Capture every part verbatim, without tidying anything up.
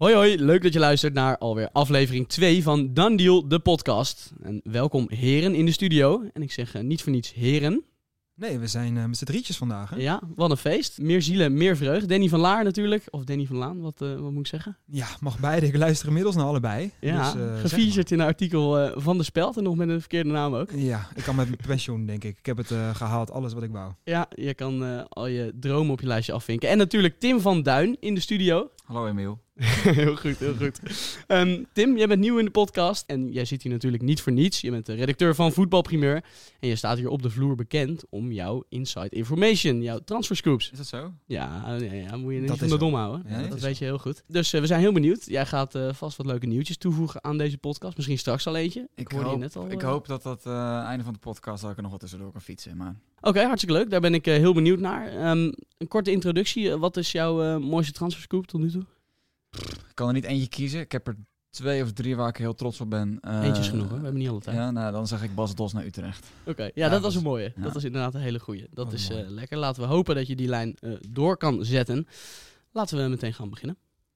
Hoi hoi, leuk dat je luistert naar alweer aflevering twee van Done Deal, de podcast. En welkom heren in de studio. En ik zeg uh, niet voor niets heren. Nee, we zijn uh, met z'n drietjes vandaag. Hè? Ja, wat een feest. Meer zielen, meer vreugd. Danny van Laar natuurlijk, of Danny van Laan, wat, uh, wat moet ik zeggen? Ja, mag beide. Ik luister inmiddels naar allebei. Ja, dus, uh, gefeatured in een artikel uh, van de Speld en nog met een verkeerde naam ook. Ja, ik kan met mijn pensioen, denk ik. Ik heb het uh, gehaald, alles wat ik wou. Ja, je kan uh, al je dromen op je lijstje afvinken. En natuurlijk Tim van Duin in de studio. Hallo Emiel. heel goed, heel goed. Um, Tim, jij bent nieuw in de podcast en jij zit hier natuurlijk niet voor niets. Je bent de redacteur van Voetbalprimeur en je staat hier op de vloer bekend om jouw inside information, jouw transferscoops. Is dat zo? Ja, ja, ja moet je niet dat van de is dom houden. Ja, dat dat weet je heel goed. Dus uh, we zijn heel benieuwd. Jij gaat uh, vast wat leuke nieuwtjes toevoegen aan deze podcast. Misschien straks al eentje. Ik, hoorde hoop, je net al. ik uh... hoop dat dat uh, einde van de podcast dat ik er nog wat tussendoor kan fietsen. Maar... Oké, okay, hartstikke leuk. Daar ben ik uh, heel benieuwd naar. Um, een korte introductie. Uh, wat is jouw uh, mooiste transferscoop tot nu toe? Ik kan er niet eentje kiezen. Ik heb er twee of drie waar ik heel trots op ben. Uh, Eentje is genoeg, hè? We hebben niet alle tijd. Ja, nou, dan zeg ik Bas Dos naar Utrecht. Oké, okay. ja, ja, dat was was een mooie. Ja. Dat was inderdaad een hele goeie. Dat oh, is uh, mooi. lekker. Laten we hopen dat je die lijn uh, door kan zetten. Laten we meteen gaan beginnen.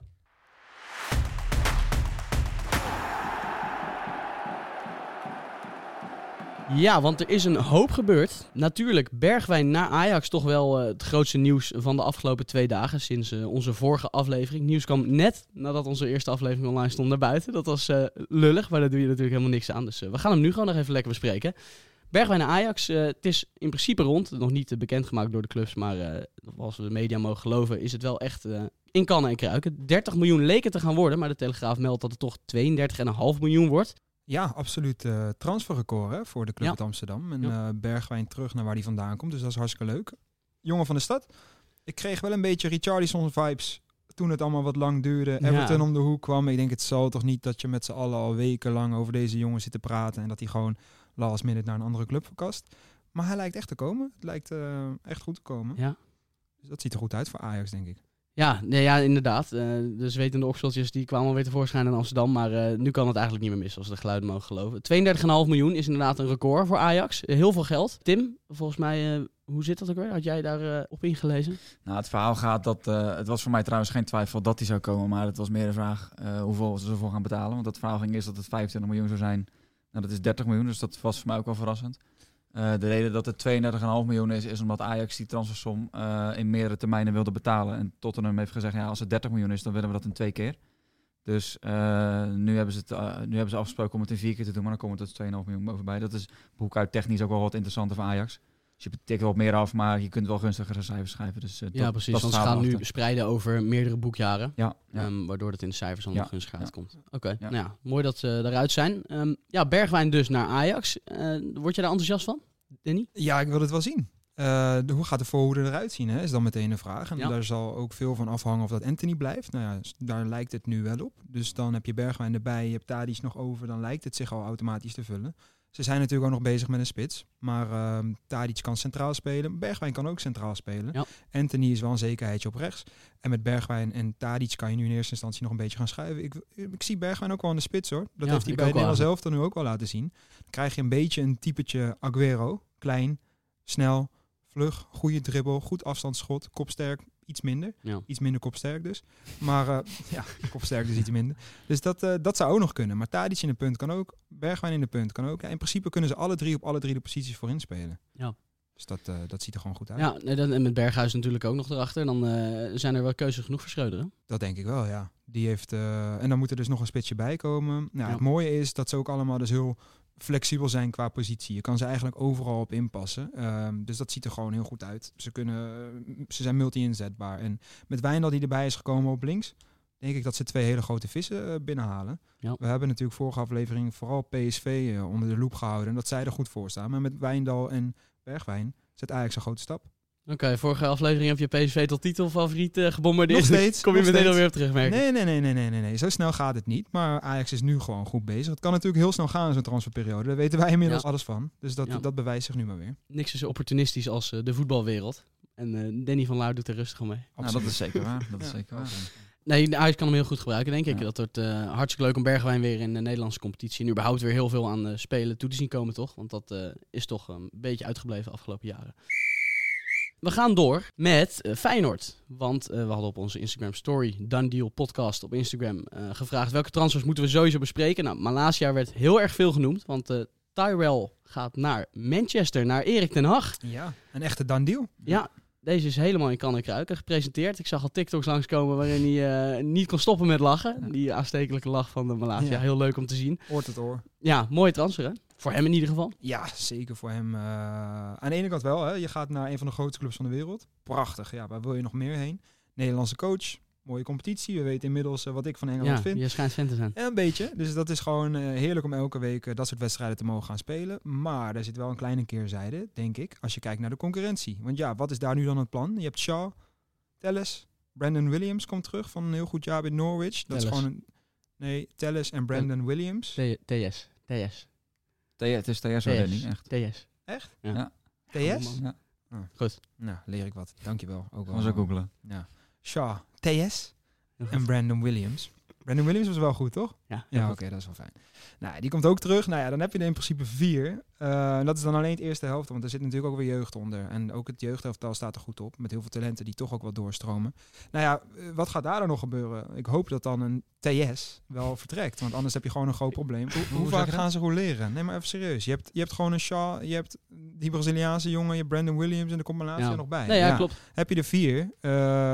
Ja, want er is een hoop gebeurd. Natuurlijk, Bergwijn naar Ajax toch wel uh, het grootste nieuws van de afgelopen twee dagen. Sinds uh, onze vorige aflevering. Nieuws kwam net nadat onze eerste aflevering online stond naar buiten. Dat was uh, lullig, maar daar doe je natuurlijk helemaal niks aan. Dus uh, we gaan hem nu gewoon nog even lekker bespreken. Bergwijn naar Ajax, uh, het is in principe rond. Nog niet uh, bekendgemaakt door de clubs, maar uh, als we de media mogen geloven is het wel echt uh, in kannen en kruiken. dertig miljoen leek het te gaan worden, maar de Telegraaf meldt dat het toch tweeëndertig komma vijf miljoen wordt. Ja, absoluut uh, transferrecord hè, voor de club Ja. uit Amsterdam. En Ja. uh, Bergwijn terug naar waar hij vandaan komt. Dus dat is hartstikke leuk. Jongen van de stad. Ik kreeg wel een beetje Richarlison vibes toen het allemaal wat lang duurde. Ja. Everton om de hoek kwam. Ik denk, het zal toch niet dat je met z'n allen al wekenlang over deze jongen zit te praten. En dat hij gewoon last minute naar een andere club verkast. Maar hij lijkt echt te komen. Het lijkt uh, echt goed te komen. Ja. Dus dat ziet er goed uit voor Ajax, denk ik. Ja, nee, ja, inderdaad. Uh, de zwetende okseltjes die kwamen alweer tevoorschijn in Amsterdam. Maar uh, nu kan het eigenlijk niet meer mis, als we de geluiden mogen geloven. tweeëndertig komma vijf miljoen is inderdaad een record voor Ajax. Uh, heel veel geld. Tim, volgens mij, uh, hoe zit dat ook weer? Had jij daar uh, op ingelezen? Nou, het verhaal gaat dat... Uh, het was voor mij trouwens geen twijfel dat hij zou komen. Maar het was meer een vraag uh, hoeveel ze ervoor gaan betalen. Want het verhaal ging eerst dat het vijfentwintig miljoen zou zijn. Nou, dat is dertig miljoen, dus dat was voor mij ook wel verrassend. Uh, de reden dat het tweeëndertig komma vijf miljoen is, is omdat Ajax die transfersom uh, in meerdere termijnen wilde betalen. En Tottenham heeft gezegd, ja, als het dertig miljoen is, dan willen we dat in twee keer. Dus uh, nu, hebben ze het, uh, nu hebben ze afgesproken om het in vier keer te doen, maar dan komt het twee komma vijf miljoen bovenbij. Dat is boekhoud technisch ook wel wat interessanter voor Ajax. Dus je tikt wel wat meer af, maar je kunt wel gunstigere cijfers schrijven. Dus, uh, Ja, dat, precies. Dat Want ze gaan nu spreiden over meerdere boekjaren. Ja, ja. Um, waardoor het in de cijfers dan Ja, nog gunstig uitkomt. ja. Oké, okay, Ja. nou ja, mooi dat ze eruit zijn. Um, ja, Bergwijn dus naar Ajax. Uh, word je daar enthousiast van, Danny? Ja, ik wil het wel zien. Uh, de, hoe gaat de voorhoede eruit zien, hè, is dan meteen een vraag. En Ja. daar zal ook veel van afhangen of dat Anthony blijft. Nou ja, daar lijkt het nu wel op. Dus dan heb je Bergwijn erbij, je hebt Tadic nog over. Dan lijkt het zich al automatisch te vullen. Ze zijn natuurlijk ook nog bezig met een spits. Maar uh, Tadic kan centraal spelen. Bergwijn kan ook centraal spelen. Ja. Anthony is wel een zekerheidje op rechts. En met Bergwijn en Tadic kan je nu in eerste instantie nog een beetje gaan schuiven. Ik, ik zie Bergwijn ook wel in de spits, hoor. Dat Ja, heeft hij ik bij ook wel Nederland eigenlijk. zelf dan nu ook wel laten zien. Dan krijg je een beetje een typetje Aguero. Klein, snel, vlug, goede dribbel, goed afstandsschot, kopsterk, iets minder. Ja. Iets minder kopsterk dus. Maar uh, ja, kopsterk dus iets minder. Dus dat, uh, dat zou ook nog kunnen. Maar Tadic in de punt kan ook. Bergwijn in de punt kan ook. Ja, in principe kunnen ze alle drie op alle drie de posities voorin spelen. Ja. Dus dat, uh, dat ziet er gewoon goed uit. Ja, en met Berghuis natuurlijk ook nog erachter. Dan uh, zijn er wel keuzes genoeg voor Schreuder, hè? Dat denk ik wel, ja. Die heeft, uh, en dan moet er dus nog een spitsje bij komen. Nou, Ja. Het mooie is dat ze ook allemaal dus heel flexibel zijn qua positie. Je kan ze eigenlijk overal op inpassen. Um, dus dat ziet er gewoon heel goed uit. Ze, kunnen, ze zijn multi-inzetbaar. En met Wijndal die erbij is gekomen op links, denk ik dat ze twee hele grote vissen uh, binnenhalen. Ja. We hebben natuurlijk vorige aflevering vooral P S V uh, onder de loep gehouden. En dat zij er goed voor staan. Maar met Wijndal en Bergwijn zet Ajax een grote stap. Oké, okay, vorige aflevering heb je P S V tot titelfavoriet uh, gebombardeerd. Nog steeds. Kom je nog meteen steeds. alweer op terug, merk ik. Nee, nee, nee, nee, nee, nee, nee. Zo snel gaat het niet. Maar Ajax is nu gewoon goed bezig. Het kan natuurlijk heel snel gaan in zo'n transferperiode. Daar weten wij inmiddels Ja. alles van. Dus dat, Ja. dat bewijst zich nu maar weer. Niks is zo opportunistisch als uh, de voetbalwereld. En uh, Danny van Laar doet er rustig om mee. Nou, dat is zeker waar. Dat is Ja. zeker waar. Nee, de Ajax kan hem heel goed gebruiken, denk ik. Ja. Dat wordt uh, hartstikke leuk om Bergwijn weer in de Nederlandse competitie en überhaupt weer heel veel aan uh, spelen toe te zien komen, toch? Want dat uh, is toch een beetje uitgebleven de afgelopen jaren. We gaan door met uh, Feyenoord. Want uh, we hadden op onze Instagram story, Done Deal podcast op Instagram, uh, gevraagd welke transfers moeten we sowieso bespreken. Nou, Malacia werd heel erg veel genoemd, want uh, Tyrell gaat naar Manchester, naar Erik ten Hag. Ja, een echte done deal. Ja, deze is helemaal in kan en kruiken gepresenteerd. Ik zag al TikToks langskomen waarin hij uh, niet kon stoppen met lachen. Ja. Die aanstekelijke lach van de Malacia, ja. Heel leuk om te zien. Oor tot oor. Ja, mooie transfer hè? Voor hem in ieder geval. Ja, zeker voor hem. Uh, aan de ene kant wel, hè. Je gaat naar een van de grootste clubs van de wereld. Prachtig, ja, waar wil je nog meer heen? Nederlandse coach, mooie competitie. We weten inmiddels uh, wat ik van Engeland ja, vind. Je schijnt fan te zijn. Ja, een beetje. Dus dat is gewoon uh, heerlijk om elke week uh, dat soort wedstrijden te mogen gaan spelen. Maar daar zit wel een kleine keerzijde, denk ik, als je kijkt naar de concurrentie. Want ja, wat is daar nu dan het plan? Je hebt Shaw, Telles, Brandon Williams komt terug van een heel goed jaar bij Norwich. Dat Telles. is gewoon een... Nee, Telles en Brandon T- Williams. T S. T S. T- het is T S already, echt. T S. Echt? Ja. ja. T S? Ja. Oh. Goed. Nou, leer ik wat. Dankjewel. Ook Gewoon zo googlen. Ja. Shaw, T S en Brandon Williams. Brandon Williams was wel goed, toch? Ja, ja oké, okay, dat is wel fijn. Nou, die komt ook terug. Nou ja, dan heb je er in principe vier. Uh, dat is dan alleen het eerste helft, want er zit natuurlijk ook weer jeugd onder. En ook het jeugdhelftal staat er goed op, met heel veel talenten die toch ook wel doorstromen. Nou ja, wat gaat daar dan nog gebeuren? Ik hoop dat dan een T S wel vertrekt, want anders heb je gewoon een groot probleem. Hoe, hoe, hoe vaak gaan ze roleren? Nee, maar even serieus. Je hebt, je hebt gewoon een Shaw, je hebt die Braziliaanse jongen, je hebt Brandon Williams en er komt Malacia ja. nog bij. Nee, ja, ja, klopt. Heb je er vier? Uh,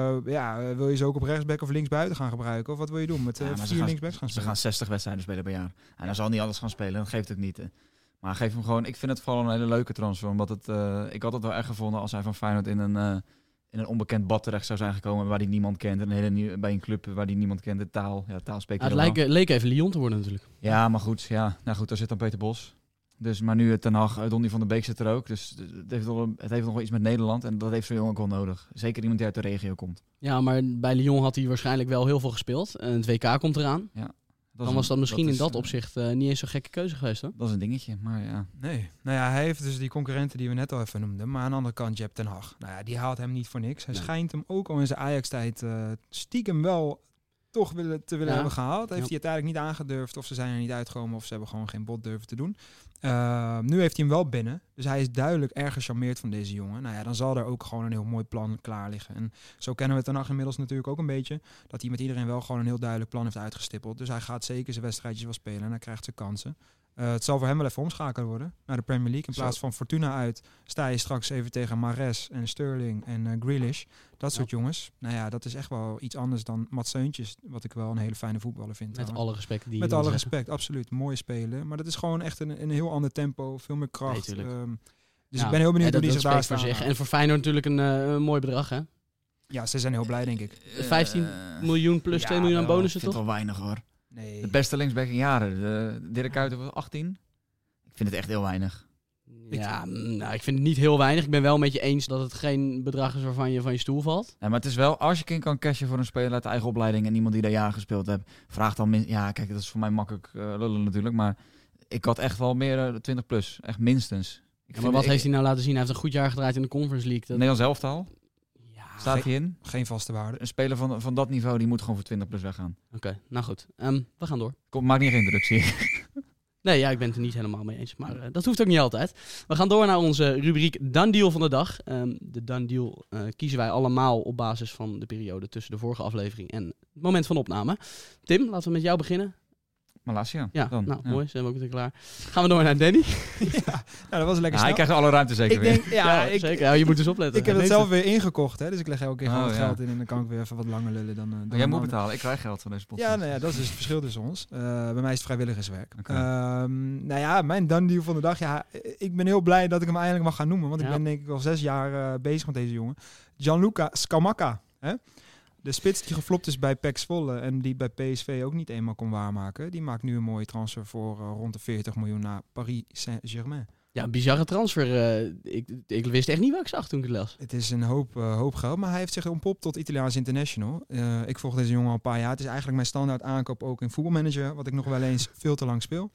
ja, wil je ze ook op rechtsback of linksbuiten gaan gebruiken? Of wat wil je doen? Met uh, ja, vier linksbacks gaan Ze spelen? gaan zestig wedstrijden spelen per jaar. En dan zal niet alles gaan spelen, dat geeft het niet. Hè. Maar geef hem gewoon, ik vind het vooral een hele leuke transfer. Omdat het, uh, ik had het wel erg gevonden als hij van Feyenoord in een, uh, in een onbekend bad terecht zou zijn gekomen waar hij niemand kent. En een hele nieuw, bij een club waar hij niemand kent. De taal, ja, taal spreekt ja, Het leek, leek even Lyon te worden natuurlijk. Ja, maar goed, ja, nou goed, daar zit dan Peter Bos. Dus, maar nu Ten Hag, Donny van der Beek zit er ook. Dus het heeft, wel, het heeft nog wel iets met Nederland. En dat heeft zo'n jongen ook wel nodig. Zeker iemand die uit de regio komt. Ja, maar bij Lyon had hij waarschijnlijk wel heel veel gespeeld. En het W K komt eraan. Ja. Dan een, was dat misschien dat dat in is, dat opzicht uh, niet eens zo'n gekke keuze geweest, hoor. Dat is een dingetje, maar ja. Nee. Nou ja, hij heeft dus die concurrenten die we net al even noemden. Maar aan de andere kant, je hebt Ten Hag. Nou ja, die haalt hem niet voor niks. Hij nee. schijnt hem ook al in zijn Ajax-tijd uh, stiekem wel toch willen, te willen ja. hebben gehaald. Heeft ja. hij uiteindelijk niet aangedurfd of ze zijn er niet uitgekomen of ze hebben gewoon geen bod durven te doen. Uh, nu heeft hij hem wel binnen. Dus hij is duidelijk erg gecharmeerd van deze jongen. Nou ja, dan zal er ook gewoon een heel mooi plan klaar liggen. En zo kennen we Ten Hag inmiddels natuurlijk ook een beetje. Dat hij met iedereen wel gewoon een heel duidelijk plan heeft uitgestippeld. Dus hij gaat zeker zijn wedstrijdjes wel spelen en hij krijgt zijn kansen. Uh, het zal voor hem wel even omschakelen worden naar de Premier League. In plaats van Fortuna uit sta je straks even tegen Mahrez en Sterling en uh, Grealish. Dat soort ja. jongens. Nou ja, dat is echt wel iets anders dan Mats Seuntjes, wat ik wel een hele fijne voetballer vind. Met trouwens. alle respect. Die Met alle zeggen. respect, absoluut. Mooi spelen. Maar dat is gewoon echt een, een heel ander tempo. Veel meer kracht. Nee, um, dus ja. ik ben heel benieuwd ja, hoe dat, die zich dat daar voor staan. zich. En voor Feyenoord natuurlijk een, uh, een mooi bedrag, hè? Ja, ze zijn heel blij, denk ik. Uh, vijftien miljoen plus ja, twee miljoen aan bonussen, toch? toch? Ik vind het wel weinig, hoor. Nee. De beste linksback in jaren. De Dirk Kuyt was achttien. Ik vind het echt heel weinig. Ja, nou, ik vind het niet heel weinig. Ik ben wel met je eens dat het geen bedrag is waarvan je van je stoel valt. Ja, maar het is wel, als je kind kan cashen voor een speler uit de eigen opleiding en iemand die daar jaren gespeeld heeft, vraag dan, min- ja kijk, dat is voor mij makkelijk uh, lullen natuurlijk, maar ik had echt wel meer uh, twintig plus. Echt minstens. Ik ja, maar wat ik, heeft hij nou laten zien? Hij heeft een goed jaar gedraaid in de Conference League. Dat... Nederlands elftal. Ja, Staat geen, hij in? Geen vaste waarde. Een speler van, van dat niveau, die moet gewoon voor twintig plus weggaan. Oké, okay, nou goed. Um, we gaan door. Kom, maak niet geen indruk, zie je. Nee, ja, ik ben het er niet helemaal mee eens. Maar uh, dat hoeft ook niet altijd. We gaan door naar onze rubriek Done Deal van de dag. Um, de Done Deal uh, kiezen wij allemaal op basis van de periode tussen de vorige aflevering en het moment van opname. Tim, laten we met jou beginnen. Malacia. Ja, dan. nou ja. mooi. Zijn we ook weer klaar. Gaan we door naar Danny. Ja, nou, dat was lekker ja, hij krijgt alle ruimte zeker ik weer. Denk, ja, ja, ik, zeker. Ja, je moet dus opletten. Ik heb het zelf weer ingekocht, hè, dus ik leg elke keer gewoon oh, wat ja. geld in en dan kan ik weer even wat langer lullen dan. Uh, dan jij moet betalen, ik krijg geld van deze podcast. Ja, nou ja, dat is dus het verschil tussen ons. Uh, bij mij is het vrijwilligerswerk. Okay. Um, nou ja, mijn done deal van de dag. Ja, ik ben heel blij dat ik hem eindelijk mag gaan noemen, want ik ja. ben denk ik al zes jaar uh, bezig met deze jongen. Gianluca Scamacca, hè? De spits die geflopt is bij P E C Zwolle en die bij P S V ook niet eenmaal kon waarmaken. Die maakt nu een mooie transfer voor uh, rond de veertig miljoen naar Paris Saint-Germain. Ja, een bizarre transfer. Uh, ik, ik wist echt niet wat ik zag toen ik het las. Het is een hoop, uh, hoop geld, maar hij heeft zich ontpopt tot Italiaans international. Uh, ik volg deze jongen al een paar jaar. Het is eigenlijk mijn standaard aankoop ook in voetbalmanager, wat ik nog wel eens veel te lang speel.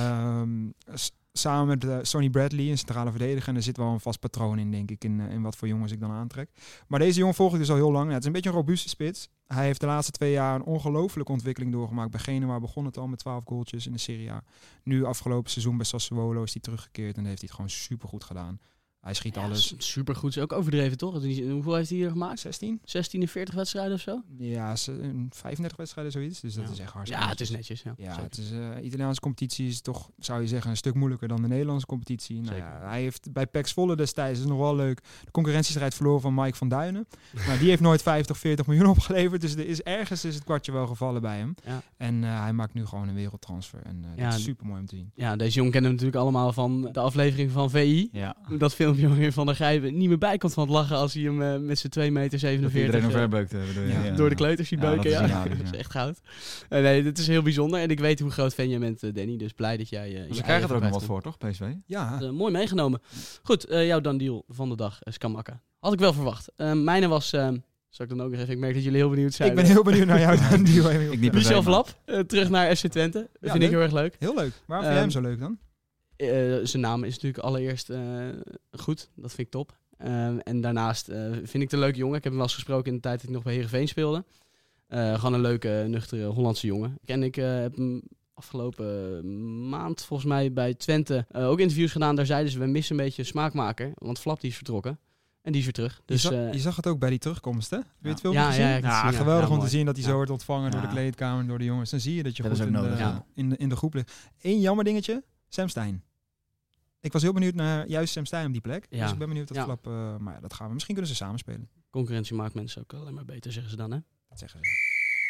Um, s- Samen met uh, Sonny Bradley, een centrale verdediger. En er zit wel een vast patroon in, denk ik, in, uh, in wat voor jongens ik dan aantrek. Maar deze jongen volg ik dus al heel lang. Ja, het is een beetje een robuuste spits. Hij heeft de laatste twee jaar een ongelofelijke ontwikkeling doorgemaakt. Bij Genua begon het al met twaalf goaltjes in de Serie A. Nu afgelopen seizoen bij Sassuolo is hij teruggekeerd en heeft hij het gewoon supergoed gedaan. Hij schiet Ja, alles. supergoed. Is ook overdreven, toch? Die- Hoeveel heeft hij hier gemaakt? zestien? zestien in veertig wedstrijden of zo? Ja, ze- een vijfendertig wedstrijden zoiets. Dus dat Ja. is echt hartstikke Ja, het is netjes. netjes. Ja, Ja, zeker. het is, uh, Italiaanse competitie is toch, zou je zeggen, een stuk moeilijker dan de Nederlandse competitie. Nou, Zeker. ja, hij heeft bij P E C Zwolle destijds, is nog wel leuk, de concurrentiestrijd verloren van Mike van Duinen. Nou, die heeft nooit vijftig, veertig miljoen opgeleverd. Dus er is ergens is het kwartje wel gevallen bij hem. Ja. En uh, hij maakt nu gewoon een wereldtransfer. En uh, Ja, dat is super mooi om te zien. Ja, deze jongen kennen we natuurlijk allemaal van de aflevering van V I. Ja. Dat filmpje waarin Van der Gijpen niet meer bij komt van het lachen als hij hem uh, met zijn twee meter Dat zevenenveertig iedereen uh, omverbeukte, bedoel je? Ja. Ja. door de kleuters ziet Ja, beuken. dat Ja, is hilarisch, dat is ja. echt goud. Uh, nee, dit is heel bijzonder. En ik weet hoe groot fan je bent, uh, Danny. Dus blij dat jij... Uh, Ze krijgen er ook nog wat voor, toch, P S V? Ja, Uh, mooi meegenomen. Goed, uh, jouw dan deal van de dag, uh, Scamacca. Had ik wel verwacht. Uh, mijne was... Uh, zal ik dan ook nog even... Ik merk dat jullie heel benieuwd zijn. ik ben heel benieuwd naar jou. Dan, die Ik niet per se, Michel maar- Vlap, uh, terug naar F C Twente. Dat Ja, vind leuk. ik heel erg leuk. Heel leuk. Waarom vind Um, jij hem zo leuk dan? Uh, zijn naam is natuurlijk allereerst uh, goed. Dat vind ik top. Um, en daarnaast uh, vind ik het een leuke jongen. Ik heb hem wel eens gesproken in de tijd dat ik nog bij Heerenveen speelde. Uh, gewoon een leuke, nuchtere Hollandse jongen. En ik uh, heb hem afgelopen maand volgens mij bij Twente uh, ook interviews gedaan. Daar zeiden ze, we missen een beetje een smaakmaker. Want Flap die is vertrokken. En die is weer terug. Dus, je, zag, uh, je zag het ook bij die terugkomst, hè? Heb je het filmpje ja, gezien? ja, ja, ik heb het Ja, gezien, ja. geweldig Ja, om te mooi. zien dat hij Ja. zo wordt ontvangen door Ja. de kleedkamer, door de jongens. Dan zie je dat je Dat goed is ook in, nodig, de, ja. in, de, in de groep ligt. Eén jammer dingetje, Sam Stein. Ik was heel benieuwd naar juist Sam Stein op die plek. Ja. Dus ik ben benieuwd of Ja. Flap... Uh, maar ja, dat gaan we. Misschien kunnen ze samen spelen. Concurrentie maakt mensen ook alleen maar beter, zeggen ze dan, hè? Dat zeggen ze.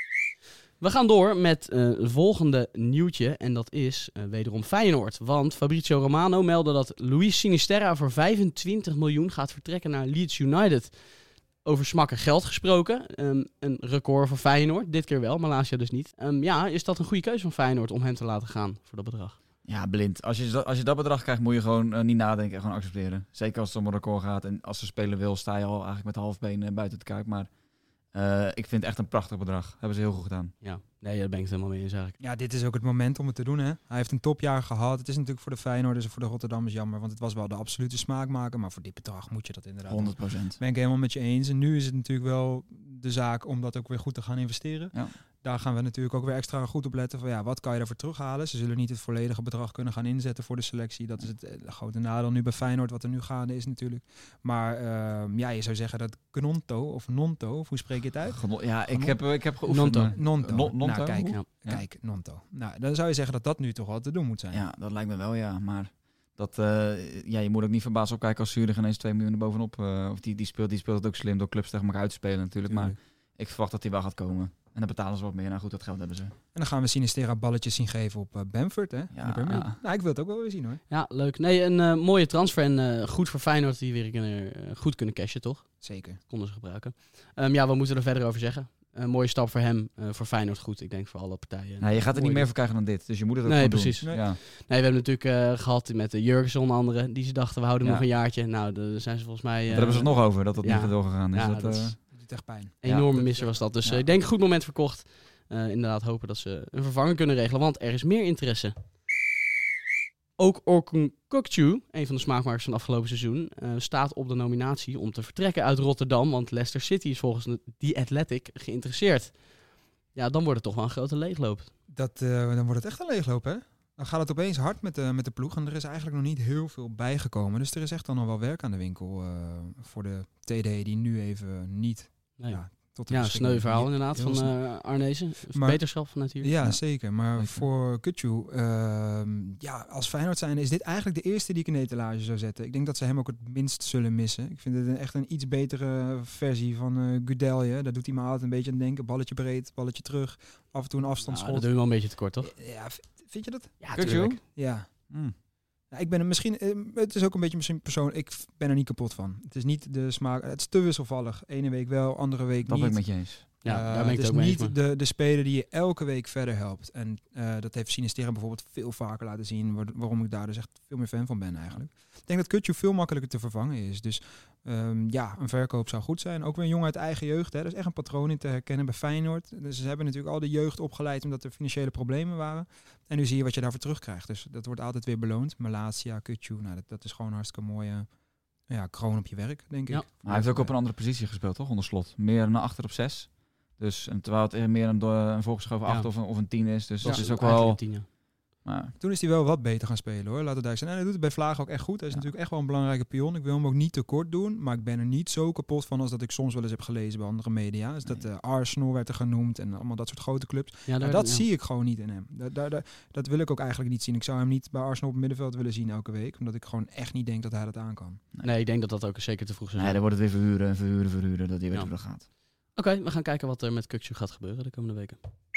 We gaan door met uh, het volgende nieuwtje. En dat is uh, wederom Feyenoord. Want Fabrizio Romano meldde dat Luis Sinisterra voor vijfentwintig miljoen gaat vertrekken naar Leeds United. Over smakken geld gesproken. Um, een record voor Feyenoord. Dit keer wel, Malasia dus niet. Um, ja, is dat een goede keuze van Feyenoord om hem te laten gaan voor dat bedrag? Ja, blind. Als je, dat- als je dat bedrag krijgt, moet je gewoon uh, niet nadenken en gewoon accepteren. Zeker als het om een record gaat. En als ze spelen wil, sta je al eigenlijk met half been uh, buiten de kuip. Maar uh, ik vind het echt een prachtig bedrag. Hebben ze heel goed gedaan. Ja, nee, daar ben ik het helemaal mee eens eigenlijk. Ja, dit is ook het moment om het te doen, hè. Hij heeft een topjaar gehad. Het is natuurlijk voor de Feyenoorders en voor de Rotterdammers jammer. Want het was wel de absolute smaakmaker. Maar voor dit bedrag moet je dat inderdaad doen. honderd procent. Ben ik helemaal met je eens. En nu is het natuurlijk wel de zaak om dat ook weer goed te gaan investeren. Ja. Daar gaan we natuurlijk ook weer extra goed op letten. Van ja, wat kan je daarvoor terughalen? Ze zullen niet het volledige bedrag kunnen gaan inzetten voor de selectie. Dat is het eh, grote nadeel nu bij Feyenoord, wat er nu gaande is natuurlijk. Maar uh, ja, je zou zeggen dat Gnonto of Nonto, of hoe spreek je het uit? Geno- Ja, ik Genon- heb, ik heb geoefend. Nonto. maar- Nonto. Non- Nonto? Nou, kijk, Ja. Ja. kijk, Nonto. Nou, dan zou je zeggen dat dat nu toch wel te doen moet zijn. Ja, dat lijkt me wel, ja. Maar dat, uh, ja, je moet ook niet verbaasd opkijken als Zurich ineens twee miljoen erbovenop. Uh, of die, die, speelt, die speelt het ook slim door clubs tegen elkaar uit te spelen natuurlijk. Maar ik verwacht dat hij wel gaat komen. En dan betalen ze wat meer. Nou goed, dat geld hebben ze. En dan gaan we Sinisterra balletjes zien geven op uh, Bamford, hè? in Ja, de Premier League. ja. Nou, ik wil het ook wel weer zien, hoor. Ja, leuk. Nee, een uh, mooie transfer en uh, goed voor Feyenoord die weer kunnen, uh, goed kunnen cashen, toch? Zeker. Konden ze gebruiken. Um, ja, wat moeten we er verder over zeggen? Een mooie stap voor hem, uh, voor Feyenoord goed. Ik denk voor alle partijen. Nou, je gaat er niet Mooi meer doen. voor krijgen dan dit. Dus je moet het ook Nee, gewoon precies. doen. Nee. Ja. Nee, we hebben natuurlijk uh, gehad met de Jurgensen onder andere. Die ze dachten, we houden hem Ja. nog een jaartje. Nou, daar zijn ze volgens mij... Uh, Daar hebben ze het nog over, dat dat ja. niet doorgegaan is. Ja, dat, dat uh, is Dat doet echt pijn. een enorme Ja. misser was dat. Dus Ja. uh, ik denk een goed moment verkocht. Uh, inderdaad hopen dat ze een vervanger kunnen regelen. Want er is meer interesse. Ook Orkun Kökçü, een van de smaakmakers van het afgelopen seizoen, uh, staat op de nominatie om te vertrekken uit Rotterdam. Want Leicester City is volgens The Athletic geïnteresseerd. Ja, dan wordt het toch wel een grote leegloop. Dat, uh, dan wordt het echt een leegloop, hè? Dan gaat het opeens hard met de, met de ploeg. En er is eigenlijk nog niet heel veel bijgekomen. Dus er is echt dan nog wel werk aan de winkel uh, voor de T D die nu even niet... Nee. Ja, tot de Ja, beschikking- sneu verhaal inderdaad Heel van sneu. uh, Arnezen. Maar- Beterschap natuurlijk. Ja, Ja. zeker. Maar Zeker. voor Kökçü, ehm ja, als Feyenoord zijn is dit eigenlijk de eerste die ik in de etalage zou zetten. Ik denk dat ze hem ook het minst zullen missen. Ik vind het een, echt een iets betere versie van uh, Gudelje. Daar doet hij me altijd een beetje aan denken. Balletje breed, balletje terug. Af en toe een Nou, afstandsschot. dat doen we wel een beetje tekort, toch? Ja, v- vind je dat? Ja, Kökçü? tuurlijk. Ja. mm. Ja, ik ben er misschien, eh, het is ook een beetje misschien persoon. Ik f- ben er niet kapot van. Het is niet de smaak. Het is te wisselvallig. Ene week wel, andere week Dat niet. ben ik met je eens. Ja, Uh, daar ben ik het het is ook mee eens. niet maar- de, de speler die je elke week verder helpt. En uh, dat heeft Sinisterra bijvoorbeeld veel vaker laten zien. Waar, waarom ik daar dus echt veel meer fan van ben eigenlijk. Ik denk dat Kökçü veel makkelijker te vervangen is. Dus um, ja, een verkoop zou goed zijn. Ook weer een jongen uit eigen jeugd. Hè. Er is echt een patroon in te herkennen bij Feyenoord. Dus ze hebben natuurlijk al de jeugd opgeleid omdat er financiële problemen waren. En nu zie je wat je daarvoor terugkrijgt. Dus dat wordt altijd weer beloond. Malasia, Kökçü, nou, dat, dat is gewoon een hartstikke mooie ja, kroon op je werk, denk Ja. ik. Maar hij heeft ook op een andere positie gespeeld, toch? Onder Slot. Meer naar achter op zes. Dus, en terwijl het meer een, do- een voorgeschoven Ja. acht of een, of een tien is. Dus dat Ja, is ook eigenlijk wel... een tien, ja. Maar Toen is hij wel wat beter gaan spelen hoor. Laat het duidelijk zijn. En hij doet het bij Vlaag ook echt goed. Hij is Ja. natuurlijk echt wel een belangrijke pion. Ik wil hem ook niet te kort doen. Maar ik ben er niet zo kapot van als dat ik soms wel eens heb gelezen bij andere media. Dus dat Nee. uh, Arsenal werd er genoemd en allemaal dat soort grote clubs. Ja, Maar daar- dat ja. zie ik gewoon niet in hem. Dat, daar, daar, dat wil ik ook eigenlijk niet zien. Ik zou hem niet bij Arsenal op het middenveld willen zien elke week. Omdat ik gewoon echt niet denk dat hij dat aan kan. Nee, ik denk dat dat ook zeker te vroeg zou nee, zijn. dan wordt het weer verhuren en verhuren, verhuren, dat hij weet Ja. hoe dat gaat. Oké, we gaan kijken wat er met Kukçu gaat gebeuren de komende weken.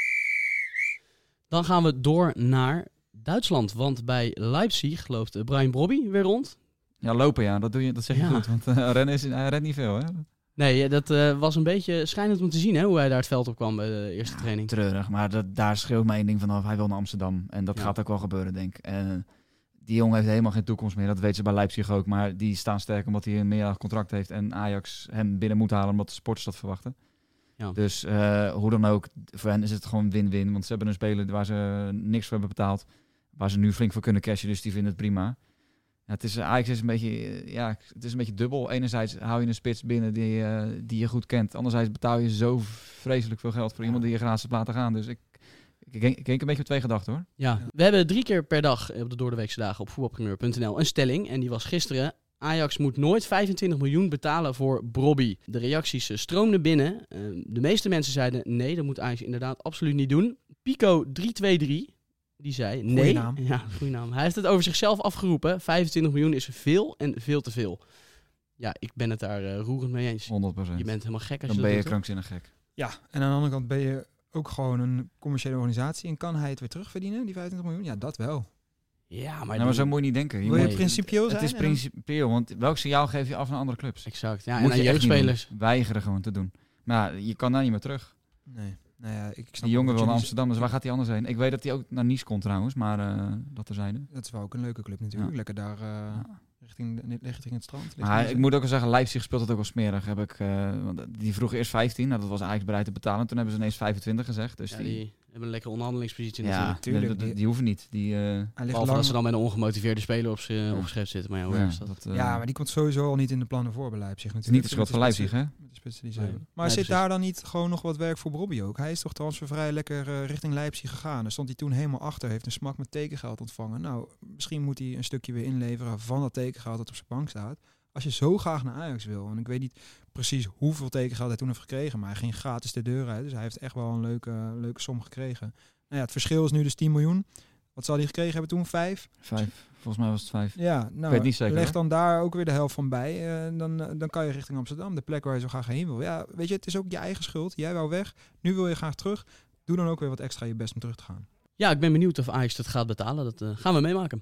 Dan gaan we door naar Duitsland. Want bij Leipzig loopt Brian Brobby weer rond. Ja, lopen ja, dat, doe je, dat zeg je Ja. goed. Want uh, rennen is, hij rent niet veel, hè? Nee, dat uh, was een beetje schijnend om te zien hè, hoe hij daar het veld op kwam bij de eerste Ja, training. Treurig, maar dat, daar scheelt mij één ding vanaf. Hij wil naar Amsterdam en dat Ja. gaat ook wel gebeuren, denk ik. En die jongen heeft helemaal geen toekomst meer. Dat weten ze bij Leipzig ook. Maar die staan sterk omdat hij een meerjarig contract heeft en Ajax hem binnen moet halen omdat de sporters dat verwachten. Ja. Dus uh, hoe dan ook, voor hen is het gewoon win-win. Want ze hebben een speler waar ze niks voor hebben betaald. Waar ze nu flink voor kunnen cashen, dus die vinden het prima. Ja, het is, Ajax is een beetje, ja, het is een beetje dubbel. Enerzijds hou je een spits binnen die, uh, die je goed kent. Anderzijds betaal je zo vreselijk veel geld voor iemand die je graag zou laten gaan. Dus ik, ik, ik denk een beetje met twee gedachten hoor. Ja, we hebben drie keer per dag op de doordeweekse dagen op voetbalprimeur punt n l een stelling. En die was gisteren: Ajax moet nooit vijfentwintig miljoen betalen voor Brobby. De reacties uh, stroomden binnen. Uh, de meeste mensen zeiden nee, dat moet Ajax inderdaad absoluut niet doen. Pico drie twee drie, die zei nee. Goeie naam. Ja, goeie naam. Hij heeft het over zichzelf afgeroepen. vijfentwintig miljoen is veel en veel te veel. Ja, ik ben het daar uh, roerend mee eens. honderd procent. Je bent helemaal gek als Dan je ben je dat doet, krankzinnig gek. Ja, en aan de andere kant ben je ook gewoon een commerciële organisatie. En kan hij het weer terugverdienen, die vijfentwintig miljoen? Ja, dat wel. toch? Ja, maar, Nou, maar zo moet je niet denken. Je Wil je moet- Nee, principieel zijn? het is en dan- principieel, want welk signaal geef je af aan andere clubs? Exact. Ja, en Moet aan je echt niet jeugdspelers. doen. Weigeren gewoon te doen. Maar ja, je kan daar niet meer terug. Nee. Nou ja, ik, ik snap Die jongen wat wil naar jullie Amsterdam, dus waar gaat hij anders heen? Ik weet dat hij ook naar Nice komt trouwens, maar uh, dat terzijde. Dat is wel ook een leuke club natuurlijk. Ja. Lekker daar uh, Ja. richting, de- richting het strand. Maar hij- ik moet ook wel zeggen, Leipzig speelt het ook wel smerig. Heb ik, uh, want die vroeg eerst vijftien, nou, dat was Ajax bereid te betalen. Toen hebben ze ineens vijfentwintig gezegd. Dus Ja, die, die hebben een lekkere onderhandelingspositie ja, natuurlijk. Tuurlijk, die, die, die- die hoeven niet. Die, uh, Hij ligt Behalve lang, dat ze dan met een ongemotiveerde speler op, Ja. op schrift zitten. Maar ja, hoe ja, erg is dat? dat, uh, ja, maar die komt sowieso al niet in de plannen voor bij Leipzig het is natuurlijk. niet de schuld van Met de Leipzig, hè? spitsen- met de spitsen die ze Nee. hebben. Maar Nee, zit precies. daar dan niet gewoon nog wat werk voor Brobby ook? Hij is toch transfervrij lekker uh, richting Leipzig gegaan. Daar stond hij toen helemaal achter. Heeft een smak met tekengeld ontvangen. Nou, misschien moet hij een stukje weer inleveren van dat tekengeld dat op zijn bank staat. Als je zo graag naar Ajax wil. En ik weet niet precies hoeveel tekengeld hij toen heeft gekregen. Maar hij ging gratis de deur uit. Dus hij heeft echt wel een leuke, leuke som gekregen. Nou ja, het verschil is nu dus tien miljoen. Wat zal hij gekregen hebben toen? Vijf? Vijf. Volgens mij was het vijf. Ja, nou, weet niet zeker, leg hoor. dan daar ook weer de helft van bij. Uh, dan, uh, dan kan je richting Amsterdam, de plek waar je zo graag heen wil. Ja, weet je, het is ook je eigen schuld. Jij wou weg, nu wil je graag terug. Doe dan ook weer wat extra je best om terug te gaan. Ja, ik ben benieuwd of Ajax het gaat betalen. Dat uh, gaan we meemaken.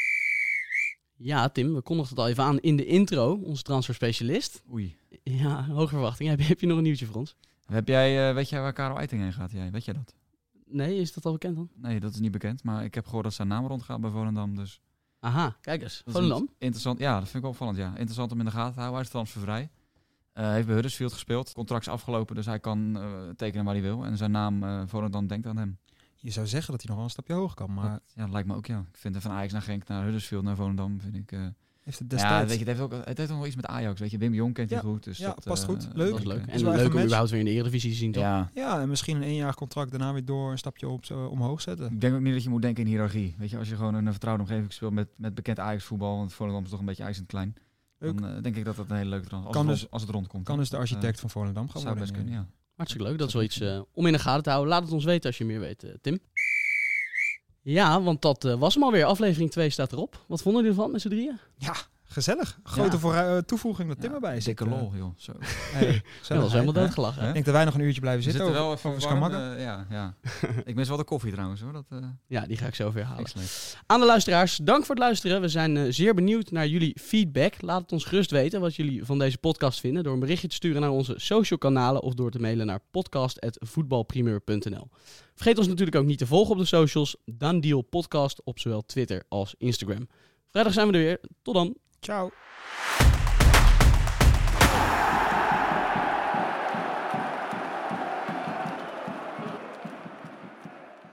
Ja, Tim, we kondigden het al even aan in de intro. Onze transferspecialist. Oei. Ja, hoge verwachting. Heb je, heb je nog een nieuwtje voor ons? Heb jij, uh, weet jij waar Karel Eiting heen gaat? Jij, weet jij dat? Nee, is dat al bekend dan? Nee, dat is niet bekend. Maar ik heb gehoord dat zijn naam rondgaat bij Volendam. Dus Aha, kijk eens. dat is Volendam. interessant. Ja, dat vind ik wel opvallend. Ja. Interessant om in de gaten te houden. Hij is transfervrij. Uh, heeft bij Huddersfield gespeeld. Contract is afgelopen, dus hij kan uh, tekenen waar hij wil. En zijn naam uh, Volendam denkt aan hem. Je zou zeggen dat hij nog wel een stapje hoger kan, maar Dat, ja, dat lijkt me ook, ja. Ik vind het van Ajax naar Genk, naar Huddersfield, naar Volendam, vind ik... Uh, heeft het ja, destijds... weet je, het heeft ook het heeft nog wel iets met Ajax, weet je. Wim Jong kent hij Ja, goed, dus ja, dat, past uh, goed. Leuk. Dat is leuk. uh, En is wel leuk echt om een überhaupt weer in de Eredivisie te zien, toch? Ja, Ja, en misschien een eenjarig contract daarna weer door een stapje op, uh, omhoog zetten. ik denk ook niet dat je moet denken in hiërarchie. Weet je, als je gewoon in een vertrouwde omgeving speelt met, met bekend Ajax-voetbal, want Volendam is toch een beetje ijzend klein, Leuk. dan uh, denk ik dat dat een hele leuke transfer is. Kan Als, het dus- rond- als het rondkomt. Kan dus de Dat, architect uh, van Volendam gaan zou worden. best kunnen, ja. Hartstikke leuk. Dat is wel iets uh, om in de gaten te houden. Laat het ons weten als je meer weet, uh, Tim. Ja, want dat uh, was hem alweer. Aflevering twee staat erop. Wat vonden jullie ervan met z'n drieën? Ja, gezellig. Grote Ja. vooru- uh, toevoeging dat Tim Ja, erbij zit. dikke uh. lol, joh. Zo. Hey, Ja, dat gezellig. was helemaal hè? doodgelachen. Hè? Ik denk dat wij nog een uurtje blijven We zitten, zitten over, wel even over warm, skamakken. uh, ja, ja. Ik mis wel de koffie trouwens, hoor. Dat, uh, Ja, die ga ik zo weer halen. excellent. Aan de luisteraars, dank voor het luisteren. We zijn uh, zeer benieuwd naar jullie feedback. Laat het ons gerust weten wat jullie van deze podcast vinden door een berichtje te sturen naar onze social kanalen of door te mailen naar podcast at voetbalprimeur punt n l. Vergeet ons natuurlijk ook niet te volgen op de socials. Done Deal Podcast op zowel Twitter als Instagram. Vrijdag zijn we er weer. Tot dan. Ciao.